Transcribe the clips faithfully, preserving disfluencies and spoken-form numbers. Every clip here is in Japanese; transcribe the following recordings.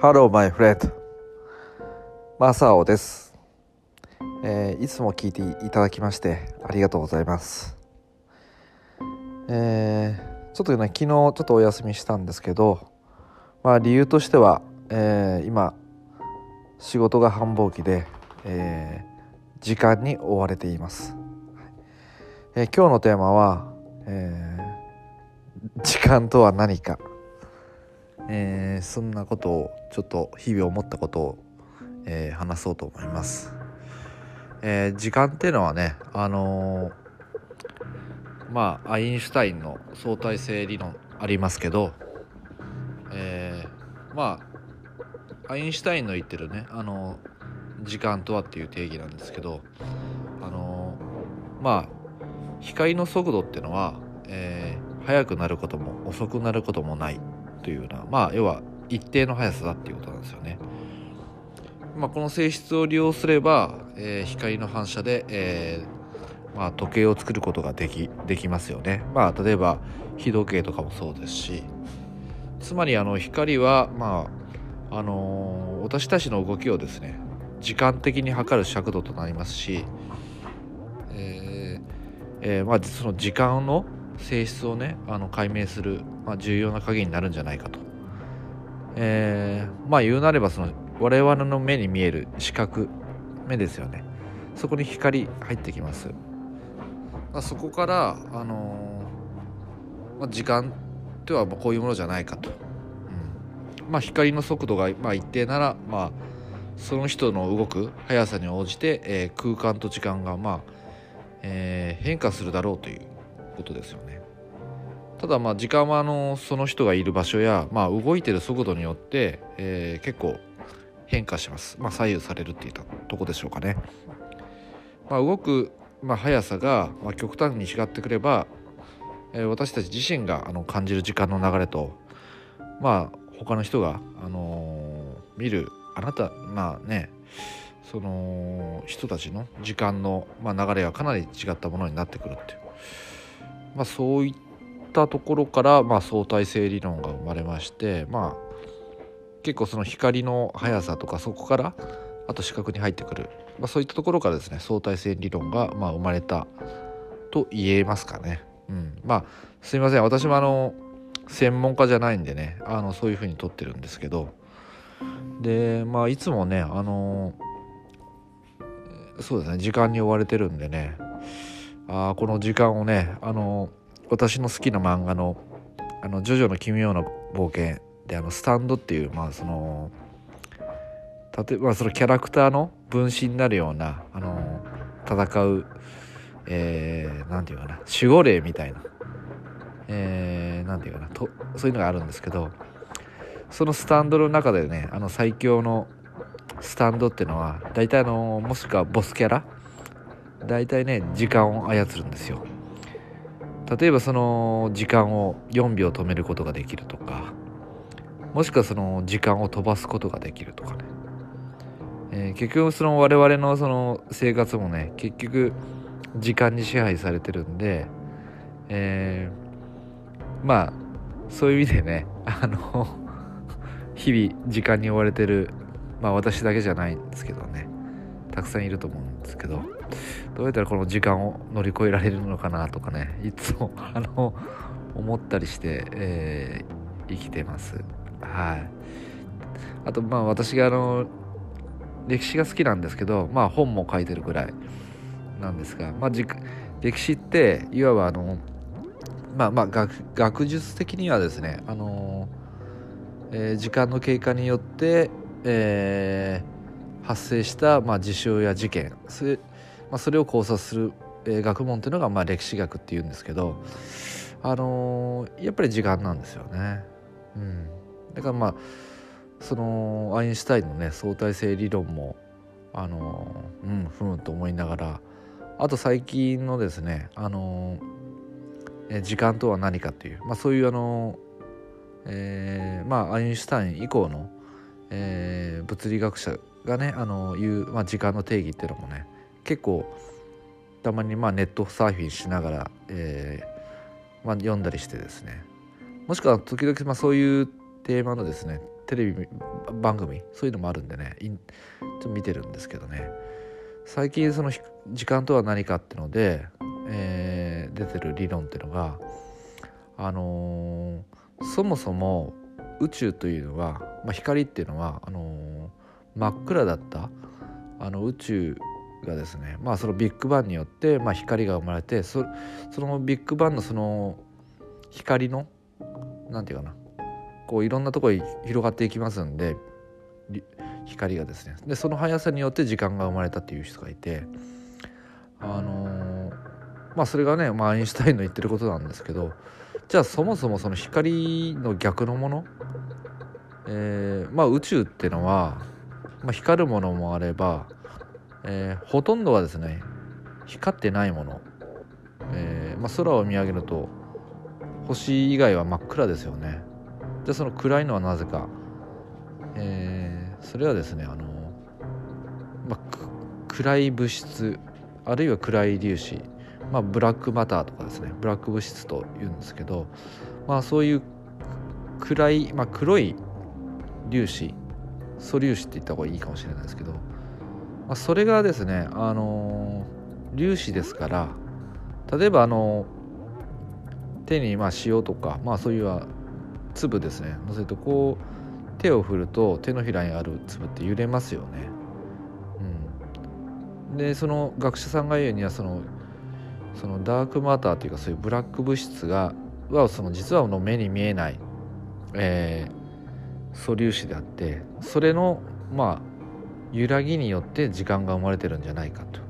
Hello, my friend. マサオです、えー。いつも聞いていただきましてありがとうございます。えー、ちょっとね、昨日ちょっとお休みしたんですけど、まあ理由としては、えー、今仕事が繁忙期で、えー、時間に追われています。えー、今日のテーマは、えー、時間とは何か。えー、そんなことをちょっと日々思ったことを、えー、話そうと思います。えー、時間っていうのはね、あのー、まあアインシュタインの相対性理論ありますけど、えー、まあアインシュタインの言ってるね、あのー、時間とはっていう定義なんですけど、あのー、まあ光の速度っていうのは、えー、速くなることも遅くなることもないというような、まあ要は一定の速さだっていうことなんですよね。まあ、この性質を利用すれば、えー、光の反射で、えーまあ、時計を作ることができできますよね。まあ例えば日時計とかもそうですし、つまりあの光は、まああのー、私たちの動きをですね時間的に測る尺度となりますし、えーえー、まあその時間の性質をねあの解明する、まあ、重要な鍵になるんじゃないかと。えー、まあ言うなればその我々の目に見える視覚、目ですよね。そこに光入ってきます。まあ、そこから、あのーまあ、時間とはこういうものじゃないかと、うん、まあ光の速度が、まあ、一定なら、まあ、その人の動く速さに応じて、えー、空間と時間が、まあえー、変化するだろうということですよね。ただまあ時間はあのその人がいる場所や、まあ、動いてる速度によって、えー、結構変化します。まあ、左右されるっていったとこでしょうかね。まあ、動く、まあ、速さが、まあ、極端に違ってくれば、えー、私たち自身があの感じる時間の流れと、まあ他の人が、あのー、見るあなたまあねその人たちの時間の、まあ、流れはかなり違ったものになってくるっていう、まあ、そういったところから、まあ、相対性理論が生まれまして、まあ結構その光の速さとかそこからあと視覚に入ってくる、まあ、そういったところからですね相対性理論がまあ生まれたと言えますかね。うん、まあすいません、私もあの専門家じゃないんでねあのそういう風に取ってるんですけど、でまあいつもねあのそうですね時間に追われてるんでね、あこの時間をねあの私の好きな漫画のあのジョジョの奇妙な冒険であのスタンドっていう、まあその例えばそのキャラクターの分身になるようなあの戦う、えー、なんていうかな守護霊みたいな、えー、なんていうかなとそういうのがあるんですけど、そのスタンドの中でねあの最強のスタンドっていうのは大体あのもしくはボスキャラ大体ね時間を操るんですよ。例えばその時間をよんびょう止めることができるとか、もしくはその時間を飛ばすことができるとかね、えー、結局その我々のその生活もね結局時間に支配されてるんで、えー、まあそういう意味でねあの日々時間に追われてる、まあ私だけじゃないんですけどねたくさんいると思うんですけど、どうやったらこの時間を乗り越えられるのかなとかねいつもあの思ったりして、えー、生きてます。はい。あとまあ私があの歴史が好きなんですけど、まあ本も書いてるくらいなんですが、まあ歴史っていわばあのまあまあ 学, 学術的にはですねあの、えー、時間の経過によって、えー、発生した、まあ、事象や事件それ、まあ、それを考察する、えー、学問っていうのが、まあ、歴史学っていうんですけど、あのー、やっぱり時間なんですよね。うん、だからまあそのアインシュタインのね相対性理論もあのうんふんと思いながら、あと最近のですねあのえ時間とは何かという、まあ、そういうあの、えー、まあアインシュタイン以降の、えー、物理学者がねあの言う、まあ、時間の定義っていうのもね結構たまにまあネットサーフィンしながら、えーまあ、読んだりしてですね、もしくは時々まあそういうテーマのですねテレビ番組そういうのもあるんでね、ちょっと見てるんですけどね、最近その時間とは何かっていうので、えー、出てる理論っていうのが、あのー、そもそも宇宙というのは、まあ、光っていうのはあのー、真っ暗だったあの宇宙がですね、まあ、そのビッグバンによって、まあ、光が生まれて、そ, そのビッグバンのその光のなんていうかな、こういろんなところに広がっていきますんで、光がですね、でその速さによって時間が生まれたっていう人がいて、あのー、まあそれがね、まあ、アインシュタインの言ってることなんですけど、じゃあそもそもその光の逆のもの、えーまあ、宇宙っていうのは、まあ、光るものもあれば、えー、ほとんどはですね光ってないもの、えーまあ、空を見上げると星以外は真っ暗ですよね。じゃあその暗いのはなぜか、えー、それはですね、あの、まあ、暗い物質あるいは暗い粒子、まあ、ブラックマターとかですね、ブラック物質というんですけど、まあ、そういう暗い、まあ、黒い粒子、素粒子って言った方がいいかもしれないですけど、まあ、それがですね、あのー、粒子ですから、例えばあの手にまあ塩とか、まあ、そういう粒ですね乗せると、こう手を振ると手のひらにある粒って揺れますよね。うん、でその学者さんが言うには、そのそのダークマターというか、そういうブラック物質がはその実はの目に見えない、えー、素粒子であって、それのまあ揺らぎによって時間が生まれてるんじゃないかと。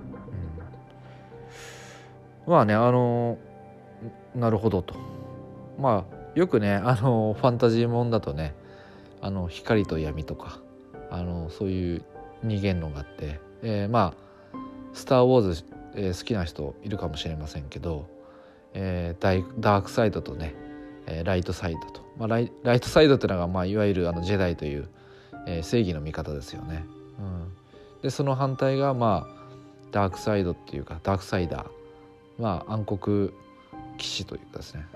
うん、まあね、あのなるほどと。まあよくね、あのファンタジーもんだとね、あの光と闇とか、あのそういう二元論があって、えー、まあスター・ウォーズ、えー、好きな人いるかもしれませんけど、えー、ダイダークサイドとね、えー、ライトサイドと、まあ、ライ、ライトサイドっていうのが、まあ、いわゆるあのジェダイという、えー、正義の味方ですよね。うん、でその反対が、まあ、ダークサイドっていうかダークサイダー、まあ、暗黒騎士というかですね、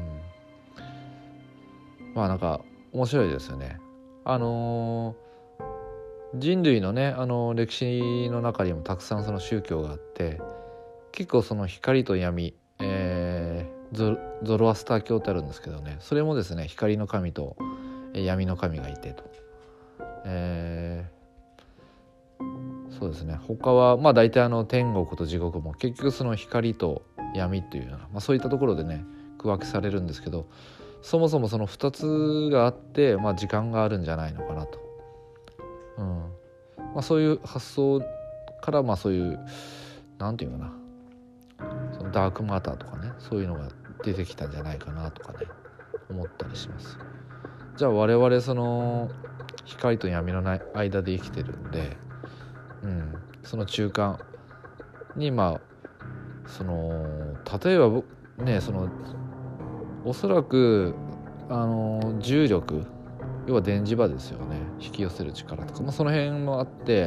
うん、まあなんか面白いですよね。あのー、人類のね、あのー、歴史の中にもたくさんその宗教があって、結構その光と闇、えー、ゾ, ゾロアスター教ってあるんですけどね、それもですね光の神と闇の神がいてと、えー、そうですね、他はまあ大体あの天国と地獄も結局その光と闇というような、まあ、そういったところでね区分けされるんですけど、そもそもそのふたつがあって、まあ、時間があるんじゃないのかなと、うんまあ、そういう発想から、まあそういうなんていうかな、そのダークマターとかね、そういうのが出てきたんじゃないかなとかね思ったりします。じゃあ我々その光と闇の間で生きてるんで、うん、その中間にまあその例えばね、そのおそらくあの重力、要は電磁場ですよね、引き寄せる力とか、まあ、その辺もあって、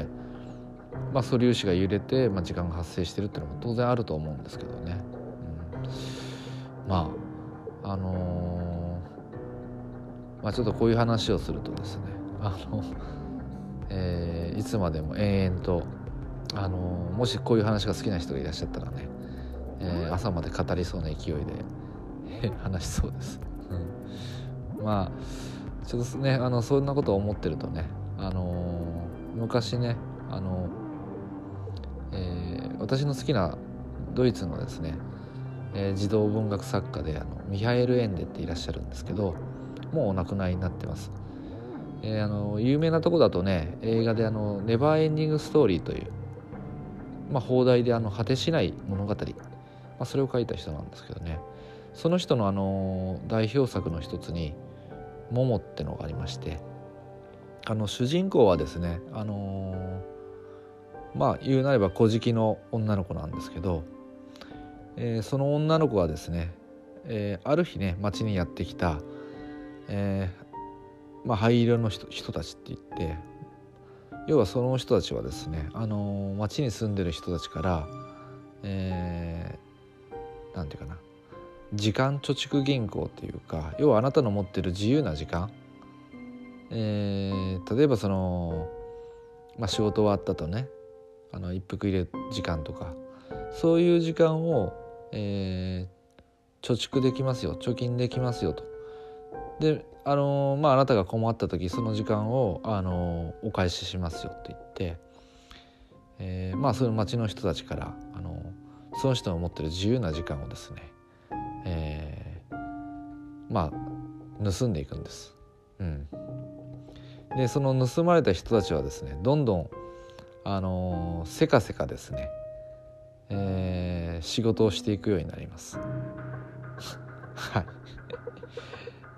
まあ、素粒子が揺れて、まあ、時間が発生してるっていうのも当然あると思うんですけどね、うん、まああのー、まあちょっとこういう話をするとですね、あの、えー、いつまでも延々と、あのー、もしこういう話が好きな人がいらっしゃったらね、えー、朝まで語りそうな勢いで話しそうです、うん、まあちょっとね、あのそんなことを思ってるとね、あのー、昔ね、あのーえー、私の好きなドイツのですね、えー、児童文学作家であのミハエル・エンデっていらっしゃるんですけど、もうお亡くなりになってます。えー、あの有名なとこだとね、映画であのネバーエンディングストーリーという、まあ、放題であの果てしない物語、まあ、それを書いた人なんですけどね、その人のあの代表作の一つにモモってのがありまして、あの主人公はですね、あのー、まあ言うなれば小じの女の子なんですけど、えー、その女の子がですね、えー、ある日ね町にやってきた、えーまあ、灰色の 人, 人たちって言って、要はその人たちはですね、あのー、町に住んでる人たちから、えー、なんていうかな、時間貯蓄銀行っていうか、要はあなたの持ってる自由な時間、 えー、例えばその、まあ、仕事終わったとねあの一服入れる時間とかそういう時間を、えー、貯蓄できますよ、貯金できますよと。で、あのー、まああなたが困った時その時間を、あのー、お返ししますよって言って、えー、まあそういう町の人たちから、あのー、その人の持ってる自由な時間をですね、えー、まあ盗んでいくんです。うん、でその盗まれた人たちはですねどんどん、あのー、せかせかですね、えー、仕事をしていくようになります。はい。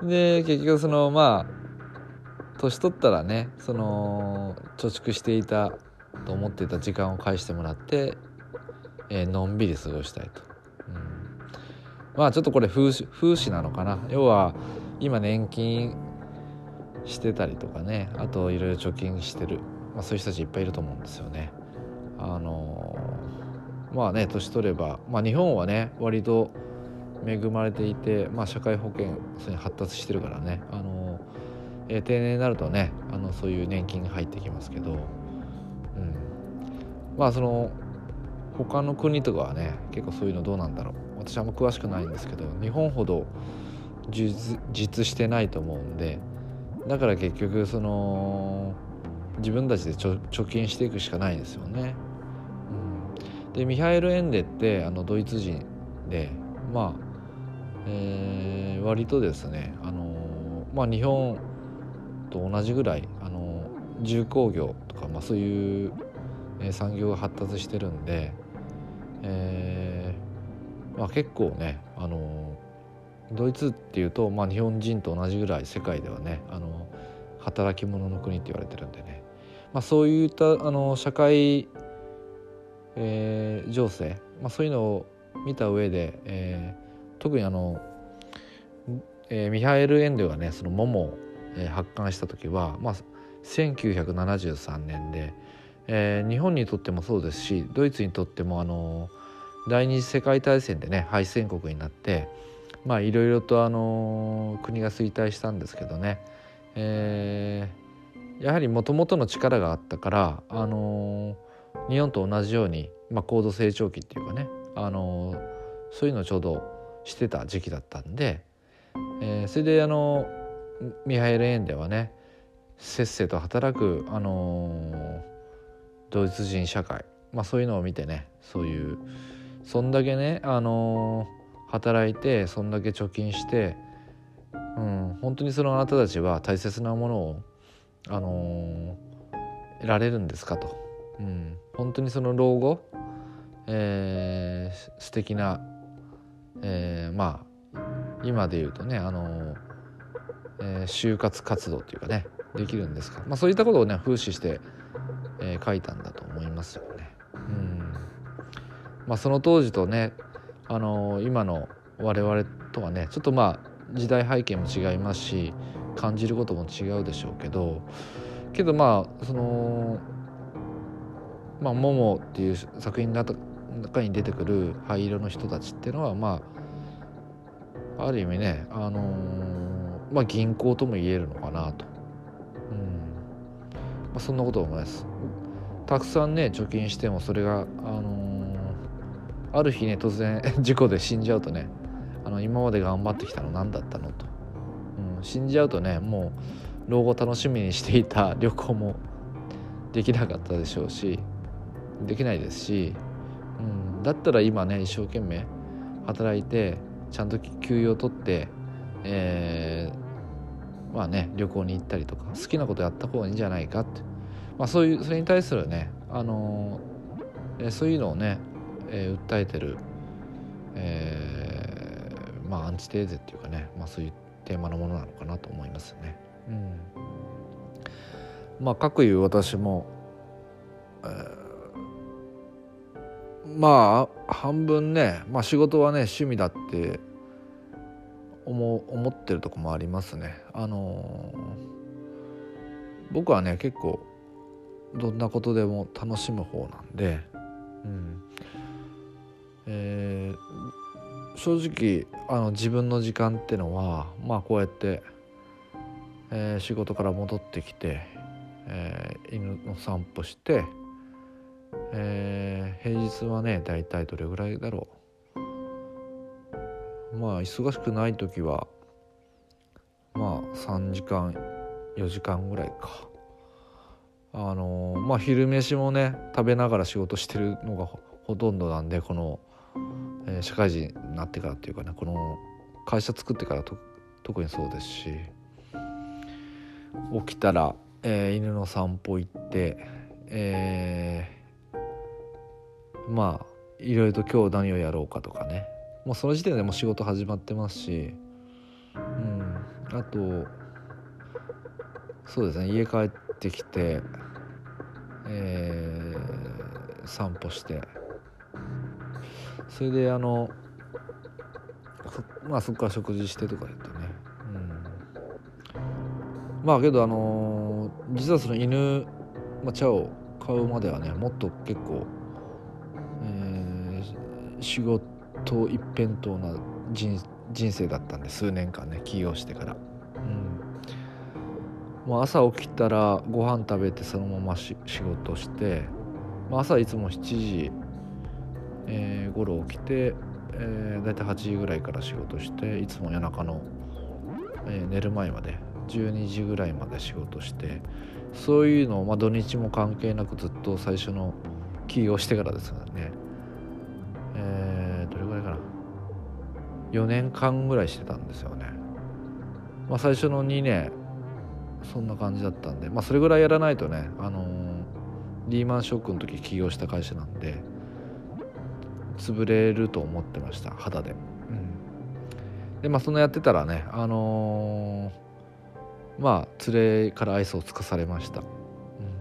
で結局そのまあ年取ったらねその貯蓄していたと思っていた時間を返してもらって、えー、のんびり過ごしたいと、うん、まあちょっとこれ風刺、風刺なのかな。要は今年金してたりとかね、あといろいろ貯金してる、まあ、そういう人たちいっぱいいると思うんですよね。あのー、まあね年取れば、まあ、日本はね割と恵まれていて、まあ、社会保険それに発達してるからね、あのーえー、定年になるとねあのそういう年金が入ってきますけど、うん、まあその他の国とかはね結構そういうのどうなんだろう、私はあんま詳しくないんですけど日本ほど充実してないと思うんで、だから結局その自分たちで貯金していくしかないですよね。うん、でミハエル・エンデってあのドイツ人で、まあ、えー、割とですね、あのまあ、日本と同じぐらい、あの重工業とか、まあ、そういう産業が発達してるんで、えーまあ、結構ね、あのドイツっていうと、まあ、日本人と同じぐらい世界ではねあの働き者の国って言われてるんでね、まあ、そういったあの社会、えー、情勢、まあ、そういうのを見た上で、えー、特にあの、えー、ミハエル・エンデがねそのモモを、えー、発刊した時は、まあ、せんきゅうひゃくななじゅうさんねんで、えー、日本にとってもそうですしドイツにとってもあの第二次世界大戦でね敗戦国になってまあいろいろとあの国が衰退したんですけどね、えー、やはりもともとの力があったからあの日本と同じように、まあ、高度成長期っていうかねあのそういうのをちょうどしてた時期だったんで、えー、それであのミハエル・エンデはねせっせと働くあのドイツ人社会、まあ、そういうのを見てねそういうそんだけねあの働いてそんだけ貯金して、うん、本当にそのあなたたちは大切なものを、あのー、得られるんですかと、うん、本当にその老後、えー、素敵な、えー、まあ今で言うとね、あのーえー、就活活動っていうかねできるんですか、まあ、そういったことをね風刺して、えー、書いたんだと思いますよね。うんまあ、その当時とね、あのー、今の我々とはねちょっとまあ時代背景も違いますし感じることも違うでしょうけどけどまあそのまあ「モモ」っていう作品の中に出てくる灰色の人たちっていうのはまあある意味ね、あのー、まあ銀行とも言えるのかなと、うんまあ、そんなことを思います。たくさんね貯金してもそれが、あのー、ある日ね突然事故で死んじゃうとねあの今まで頑張ってきたの何だったのと、うん、死んじゃうとねもう老後楽しみにしていた旅行もできなかったでしょうしできないですし、うん、だったら今ね一生懸命働いてちゃんと休養を取って、えー、まあね旅行に行ったりとか好きなことやった方がいいんじゃないかって、まあ、そういうそれに対するね、あのー、そういうのをね、えー、訴えてる、えー、まあアンチテーゼっていうかね、まあ、そういうテーマのものなのかなと思いますね。うん、まあかくいう私も、えーまあ半分ね、まあ、仕事はね趣味だって思思ってるとこもありますね。あのー、僕はね結構どんなことでも楽しむ方なんで、うんえー、正直あの自分の時間ってのはまあこうやってえー、仕事から戻ってきて、えー、犬の散歩して、えー、平日はねだいたいどれぐらいだろう、まあ忙しくない時はまあさんじかんよじかんぐらいか。あのー、まあ昼飯もね食べながら仕事してるのが ほ, ほとんどなんで、この、えー、社会人になってからっていうかね、この会社作ってからと特にそうですし、起きたら、えー、犬の散歩行って、えー、まあいろいろと今日何をやろうかとかね、もうその時点でもう仕事始まってますし、うん、あとそうですね、家帰ってきて、えー、散歩して、それであのそ,、まあ、そこから食事してとかやってね、うん、まあけどあのー、実はその犬、まあ、茶を買うまではねもっと結構、えー、仕事一辺倒な 人, 人生だったんで、数年間ね起業してから、うん、もう朝起きたらご飯食べてそのままし仕事して、まあ、朝いつもしちじ、えー、頃起きて、えー、だいたいはちじぐらいから仕事して、いつも夜中の、えー、寝る前までじゅうにじぐらいまで仕事して、そういうのを、まあ、土日も関係なくずっと最初の起業してからですね、えー、どれぐらいかな、よねんかんぐらいしてたんですよね。まあ、最初のにねんそんな感じだったんで、まあ、それぐらいやらないとね、あのー、リーマンショックの時起業した会社なんで潰れると思ってました、肌で、うん、でまあそんなやってたらね、あのー、まあ連れから愛想を尽かされました、うん、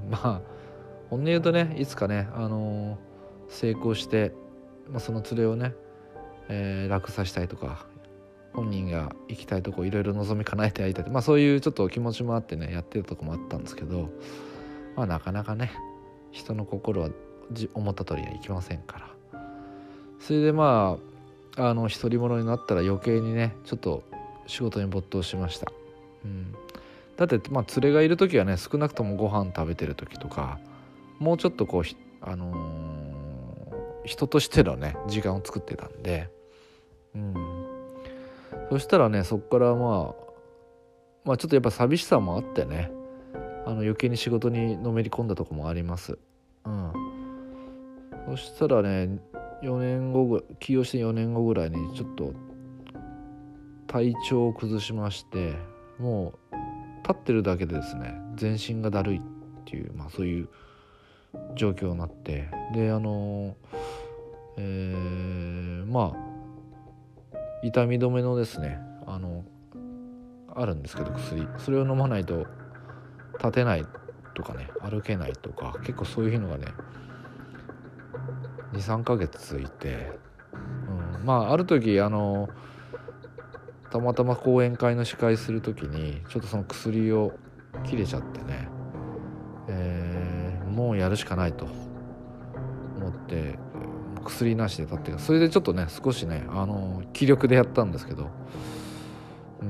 まあ本音言うとね、いつかね、あのー、成功して、まあ、その連れをね、えー、楽させたいとか、本人が行きたいとこいろいろ望み叶えてやりたい、まあそういうちょっと気持ちもあってねやってるとこもあったんですけど、まあなかなかね人の心は思った通りにはいきませんから、それでまああの独り者になったら余計にねちょっと仕事に没頭しました、うん、だってまあ連れがいる時はね少なくともご飯食べてる時とか、もうちょっとこうあのー、人としてのね時間を作ってたんで、うん、そしたらねそこからまあまあちょっとやっぱ寂しさもあってね、あの余計に仕事にのめり込んだとこもあります、うん、そしたらねよねんごぐ起業してよねんごぐらいにちょっと体調を崩しまして、もう立ってるだけでですね全身がだるいっていう、まあそういう状況になって、であのえー、まあ痛み止めのですねあのあるんですけど薬、それを飲まないと立てないとかね歩けないとか、結構そういうのがね にさんかげつ続いて、うん、まあある時あのたまたま講演会の司会する時にちょっとその薬を切れちゃってね、えー、もうやるしかないと思って薬なしで立って、それでちょっとね少しねあの気力でやったんですけど、うん、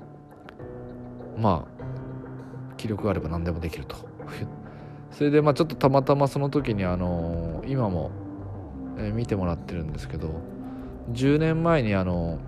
まあ気力があれば何でもできるとそれでまあちょっとたまたまその時にあの今も、えー、見てもらってるんですけど、じゅうねんまえにあの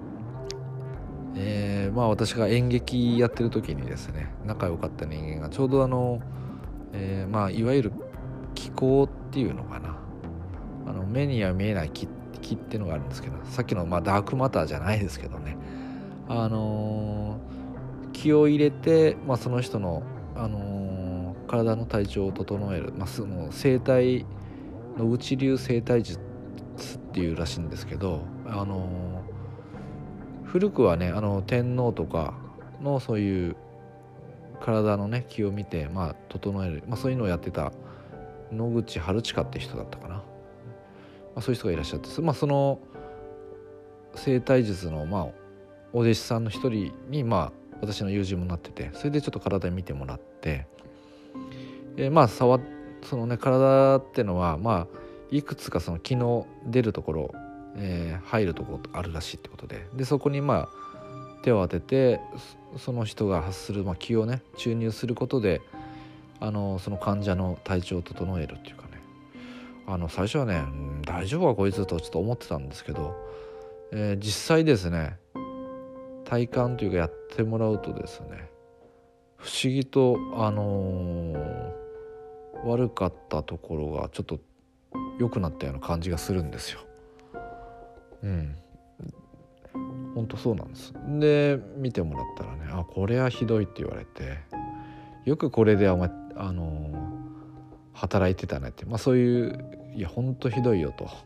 えー、まあ私が演劇やってる時にですね仲良かった人間がちょうどあの、えー、まあいわゆる気功っていうのかな、あの目には見えない気、気っていうのがあるんですけど、さっきのまあダークマターじゃないですけどね、あのー、気を入れて、まあ、その人の、あのー、体の体調を整える、まあ、その生体の内流生体術っていうらしいんですけど、あのー古くはねあの天皇とかのそういう体のね気を見て、まあ、整える、まあ、そういうのをやってた野口春近って人だったかな、まあ、そういう人がいらっしゃって、まあ、その生体術の、まあ、お弟子さんの一人に、まあ、私の友人もなってて、それでちょっと体見てもらって、えー、まあ触そのね体ってのは、まあ、いくつかその気の出るところ、えー、入るところあるらしいってことで、でそこにまあ手を当てて、 その人が発する、まあ、気をね注入することであのその患者の体調を整えるっていうかね、あの最初はね、うん、大丈夫かこいつとちょっと思ってたんですけど、えー、実際ですね体感というかやってもらうとですね、不思議とあのー、悪かったところがちょっと良くなったような感じがするんですよ。うん、本当そうなんです。で見てもらったらね、あこれはひどいって言われて、よくこれでお前あのー、働いてたねって、まあそういういや本当ひどいよと、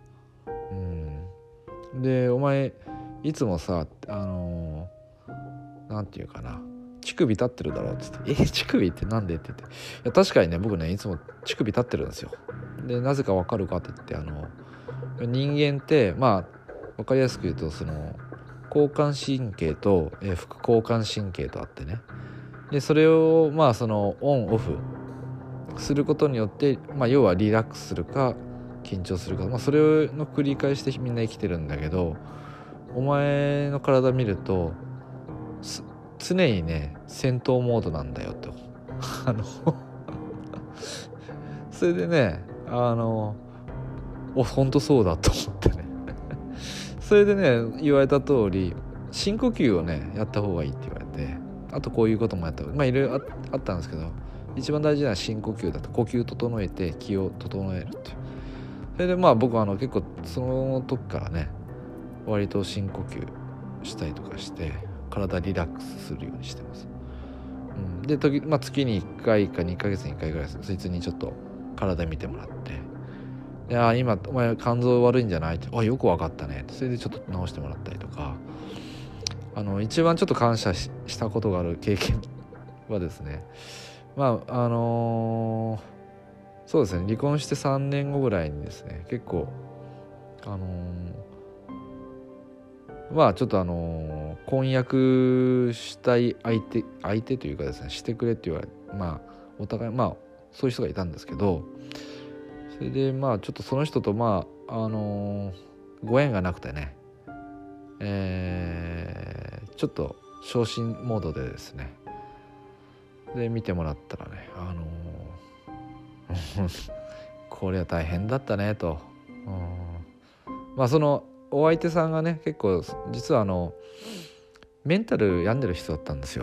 うん、でお前いつもさあのー、なんていうかな乳首立ってるだろうって言って「え乳首ってなんで?」って言って、いや確かにね僕ねいつも乳首立ってるんですよ。でなぜかわかるかって言って、あの人間ってまあわかりやすく言うとその交感神経と、えー、副交感神経とあってね、でそれをまあそのオンオフすることによって、まあ、要はリラックスするか緊張するか、まあ、それの繰り返しでみんな生きてるんだけど、お前の体見ると常にね戦闘モードなんだよとあのそれでねあのお本当そうだと思ってねそれでね言われた通り深呼吸をねやった方がいいって言われて、あとこういうこともやった方がまあいろいろ あ, あったんですけど、一番大事なのは深呼吸だと、呼吸整えて気を整えるっていう。それでまあ僕はあの結構その時からね割と深呼吸したりとかして体リラックスするようにしてます。うん、で時、まあ、月にいっかいかにかげつにいっかいぐらいそいつにちょっと体見てもらって、いや今お前肝臓悪いんじゃないって、あよく分かったねって、それでちょっと直してもらったりとか、あの一番ちょっと感謝 し, したことがある経験はですね、まああのー、そうですね離婚してさんねんごぐらいにですね結構あのー、まあちょっとあのー、婚約したい相手相手というかですねしてくれって言われ、まあお互いまあそういう人がいたんですけど、それでまあちょっとその人とまああのー、ご縁がなくてね、えー、ちょっと昇進モードでですねで見てもらったらね、あのー、これは大変だったねと、うん、まあそのお相手さんがね結構実はあのメンタル病んでる人だったんですよ。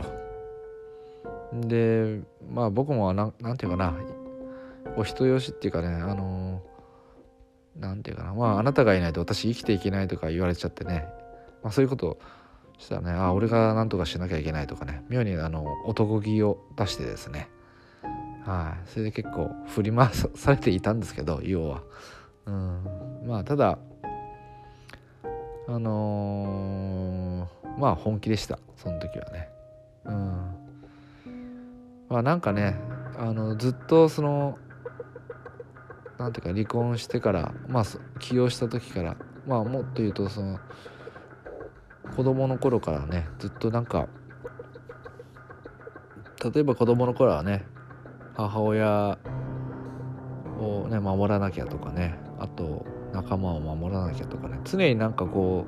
でまあ僕もな ん, なんていうかなお人よしっていうかね、あのー、なんていうかな、まああなたがいないと私生きていけないとか言われちゃってね、まあ、そういうことしたらね、あ俺が何とかしなきゃいけないとかね、妙にあの男気を出してですね、はい、それで結構振り回されていたんですけど要は、うん、まあただあのー、まあ本気でしたその時はね、うん、まあなんかねあのずっとそのなんていうか離婚してからまあ起業した時からまあもっと言うとその子供の頃からねずっとなんか例えば子供の頃はね母親をね守らなきゃとかね、あと仲間を守らなきゃとかね、常になんかこ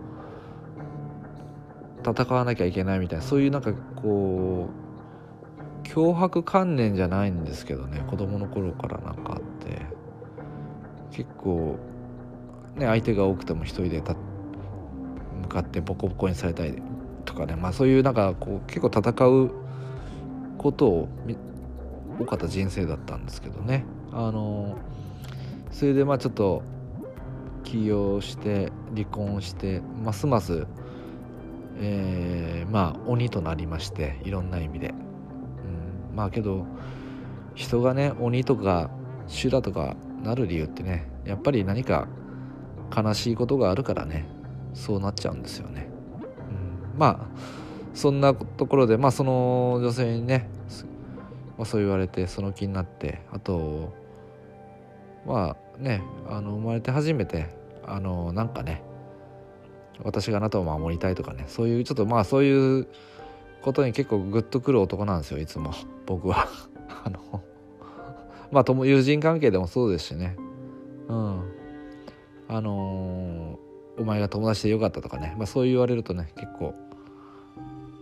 う戦わなきゃいけないみたいな、そういうなんかこう強迫観念じゃないんですけどね、子供の頃からなんかあって、結構ね相手が多くても一人でた向かってボコボコにされたりとかね、まあそういうなんかこう結構戦うことを多かった人生だったんですけどね、あのそれでまあちょっと起業して離婚してますます、えー、まあ鬼となりまして、いろんな意味で、うん、まあけど人がね鬼とか修羅とかなる理由ってねやっぱり何か悲しいことがあるからねそうなっちゃうんですよね、うん、まあそんなところでまあその女性にね、まあ、そう言われてその気になって、あとまあねあの生まれて初めてあのなんかね私があなたを守りたいとかね、そういうちょっとまあそういうことに結構グッとくる男なんですよいつも僕はあのまあ友友人関係でもそうですしね、うんあのー、お前が友達でよかったとかね、まあ、そう言われるとね結構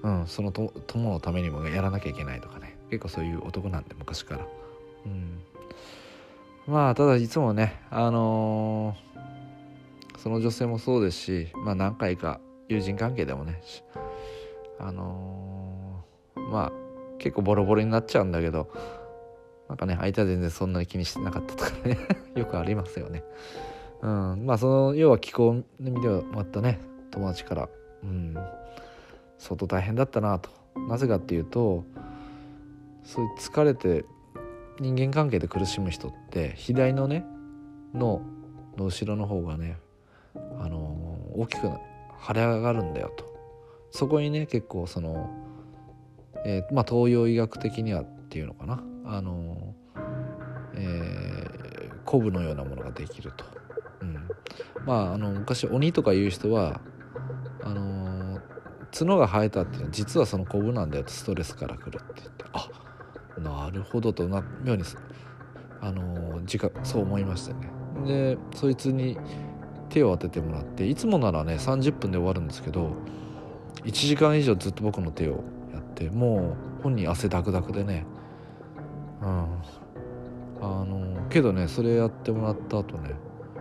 うん、そのと友のためにもやらなきゃいけないとかね、結構そういう男なんで昔から、うん、まあただいつもねあのー、その女性もそうですし、まあ何回か友人関係でもねあのー、まあ結構ボロボロになっちゃうんだけど、なんかね相手は全然そんなに気にしてなかったとかねよくありますよね。うん、まあその要は気候で見てもらったね友達から、うん、相当大変だったなと。なぜかっていうと、そういう疲れて人間関係で苦しむ人って左のね脳の後ろの方がね、あのー、大きく腫れ上がるんだよと。そこにね結構その、えー、まあ東洋医学的にはっていうのかな、あのーえー、コブのようなものができると。うん、まああの昔鬼とかいう人はあのー、角が生えたっていうのは実はそのコブなんだよと、ストレスから来るって言って、あ、なるほどとな妙にあのー、自覚そう思いましたね。でそいつに手を当ててもらって、いつもならねさんじゅっぷんで終わるんですけどいちじかん以上ずっと僕の手をやって、もう本人汗ダクダクでね、うん、あのー、けどねそれやってもらった後ね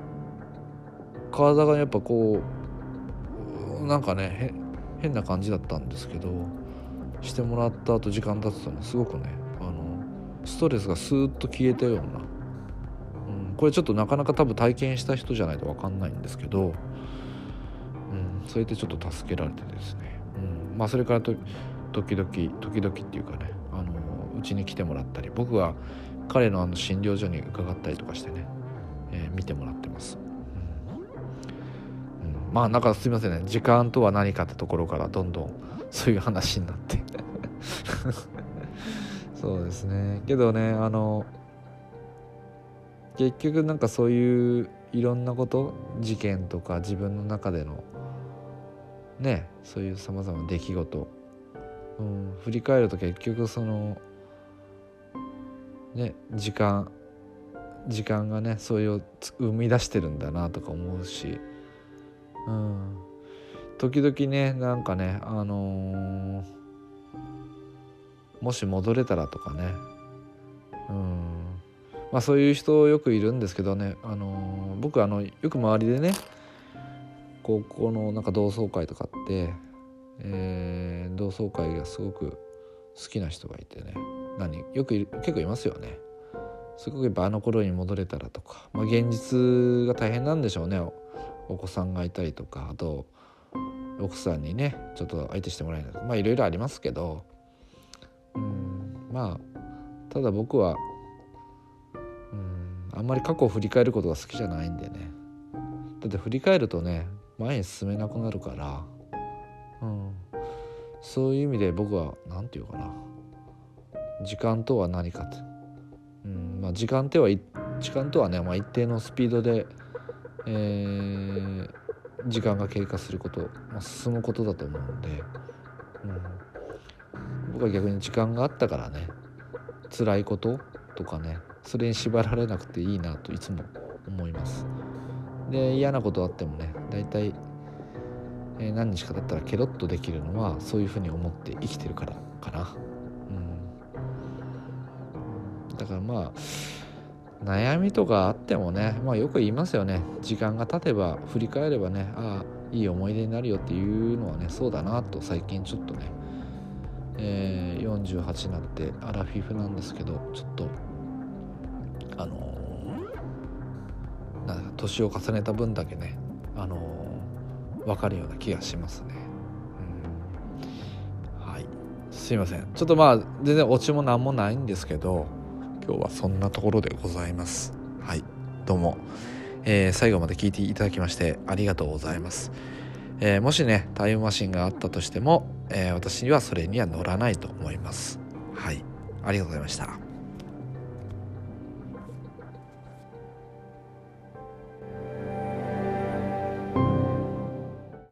体がやっぱこうなんかね変な感じだったんですけど、してもらった後時間経つとねすごくねあのストレスがスーッと消えたような、うん、これちょっとなかなか多分体験した人じゃないと分かんないんですけど、うん、そうやってちょっと助けられてですね、うん、まあそれからと時々時々っていうかねあのうちに来てもらったり、僕は彼のあの診療所に伺ったりとかしてね、えー、見てもらってます。まあなんかすいませんね、時間とは何かってところからどんどんそういう話になってそうですね。けどねあの結局なんかそういういろんなこと、事件とか自分の中でのねそういうさまざまな出来事、うん、振り返ると結局そのね時間時間がねそれを生み出してるんだなとか思うし、うん、時々ねなんかねあのー、もし戻れたらとかね、うん、まあそういう人よくいるんですけどね、あのー、僕あのよく周りでね高校のなんか同窓会とかって、えー、同窓会がすごく好きな人がいてね、何よくいる結構いますよね。すごくやっぱあの頃に戻れたらとか、まあ、現実が大変なんでしょうね。お子さんがいたりとか、あと奥さんにねちょっと相手してもらえないとか、まあいろいろありますけど、うんまあただ僕はうんあんまり過去を振り返ることが好きじゃないんでね。だって振り返るとね前に進めなくなるから、うん、そういう意味で僕はなんていうかな、時間とは何かと、うんまあ、時間とは時間とはね、まあ、一定のスピードで、えー、時間が経過すること、まあ、進むことだと思うんで、うん、僕は逆に時間があったからね辛いこととかねそれに縛られなくていいなといつも思います。で嫌なことあってもねだいたい、えー、何日かだったらケロッとできるのはそういうふうに思って生きてるからかな、うん、だからまあ悩みとかあってもね、まあ、よく言いますよね。時間が経てば振り返ればねああいい思い出になるよっていうのはねそうだなと最近ちょっとね、えー、よんじゅうはちになってアラフィフなんですけどちょっとあのー、なんか年を重ねた分だけねあのー、分かるような気がしますね、うん、はいすいません。ちょっとまあ全然オチもなんもないんですけど今日はそんなところでございます。はいどうも、えー、最後まで聞いていただきましてありがとうございます。えー、もしねタイムマシンがあったとしても、えー、私にはそれには乗らないと思います。はいありがとうございました。